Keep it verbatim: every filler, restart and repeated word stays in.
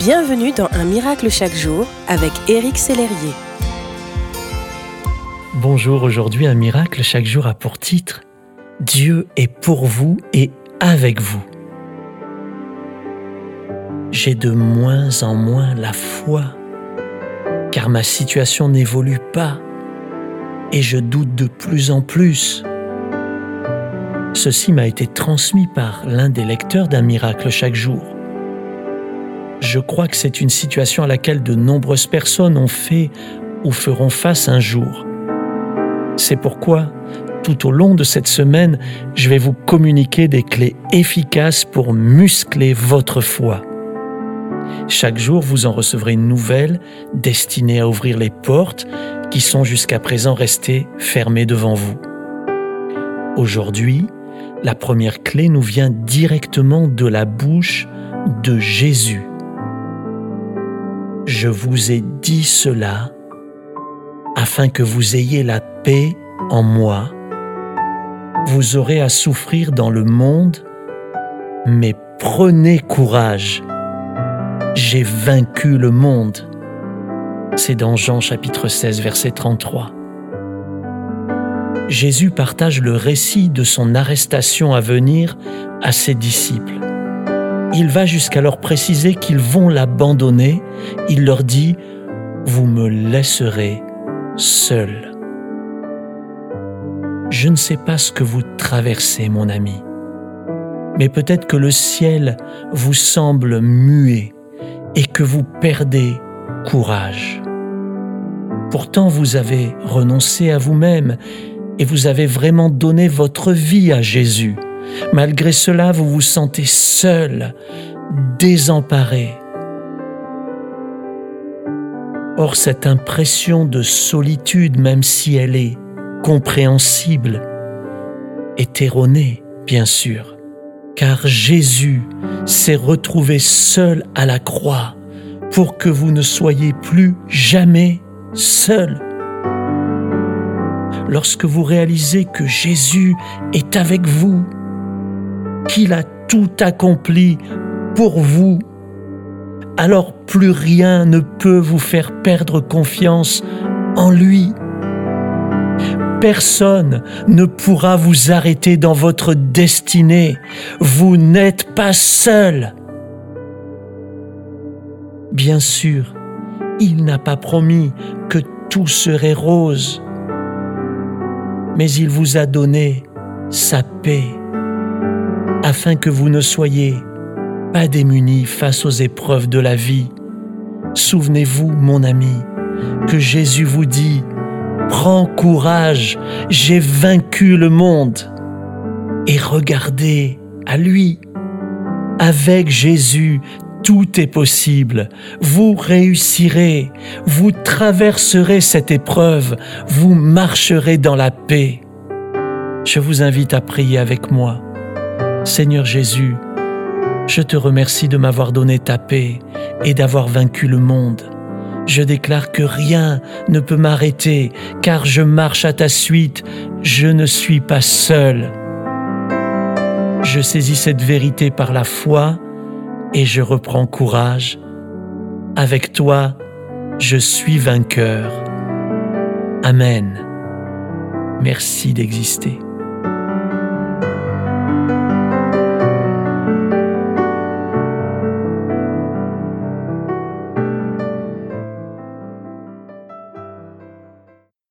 Bienvenue dans Un miracle chaque jour avec Éric Sellerier. Bonjour, aujourd'hui Un miracle chaque jour a pour titre « Dieu est pour vous et avec vous ». J'ai de moins en moins la foi, car ma situation n'évolue pas et je doute de plus en plus. Ceci m'a été transmis par l'un des lecteurs d'Un miracle chaque jour. Je crois que c'est une situation à laquelle de nombreuses personnes ont fait ou feront face un jour. C'est pourquoi, tout au long de cette semaine, je vais vous communiquer des clés efficaces pour muscler votre foi. Chaque jour, vous en recevrez une nouvelle destinée à ouvrir les portes qui sont jusqu'à présent restées fermées devant vous. Aujourd'hui, la première clé nous vient directement de la bouche de Jésus. Je vous ai dit cela afin que vous ayez la paix en moi. Vous aurez à souffrir dans le monde, mais prenez courage. J'ai vaincu le monde. C'est dans Jean chapitre seize, verset trente-trois. Jésus partage le récit de son arrestation à venir à ses disciples. Il va jusqu'à leur préciser qu'ils vont l'abandonner. Il leur dit « Vous me laisserez seul ». Je ne sais pas ce que vous traversez, mon ami, mais peut-être que le ciel vous semble muet et que vous perdez courage. Pourtant, vous avez renoncé à vous-même et vous avez vraiment donné votre vie à Jésus. Malgré cela, vous vous sentez seul, désemparé. Or, cette impression de solitude, même si elle est compréhensible, est erronée, bien sûr, car Jésus s'est retrouvé seul à la croix pour que vous ne soyez plus jamais seul. Lorsque vous réalisez que Jésus est avec vous, qu'il a tout accompli pour vous, alors plus rien ne peut vous faire perdre confiance en lui. Personne ne pourra vous arrêter dans votre destinée. Vous n'êtes pas seul. Bien sûr, il n'a pas promis que tout serait rose, mais il vous a donné sa paix, afin que vous ne soyez pas démunis face aux épreuves de la vie. Souvenez-vous, mon ami, que Jésus vous dit « Prends courage, j'ai vaincu le monde » et regardez à lui. Avec Jésus, tout est possible. Vous réussirez, vous traverserez cette épreuve, vous marcherez dans la paix. Je vous invite à prier avec moi. Seigneur Jésus, je te remercie de m'avoir donné ta paix et d'avoir vaincu le monde. Je déclare que rien ne peut m'arrêter, car je marche à ta suite, je ne suis pas seul. Je saisis cette vérité par la foi et je reprends courage. Avec toi, je suis vainqueur. Amen. Merci d'exister.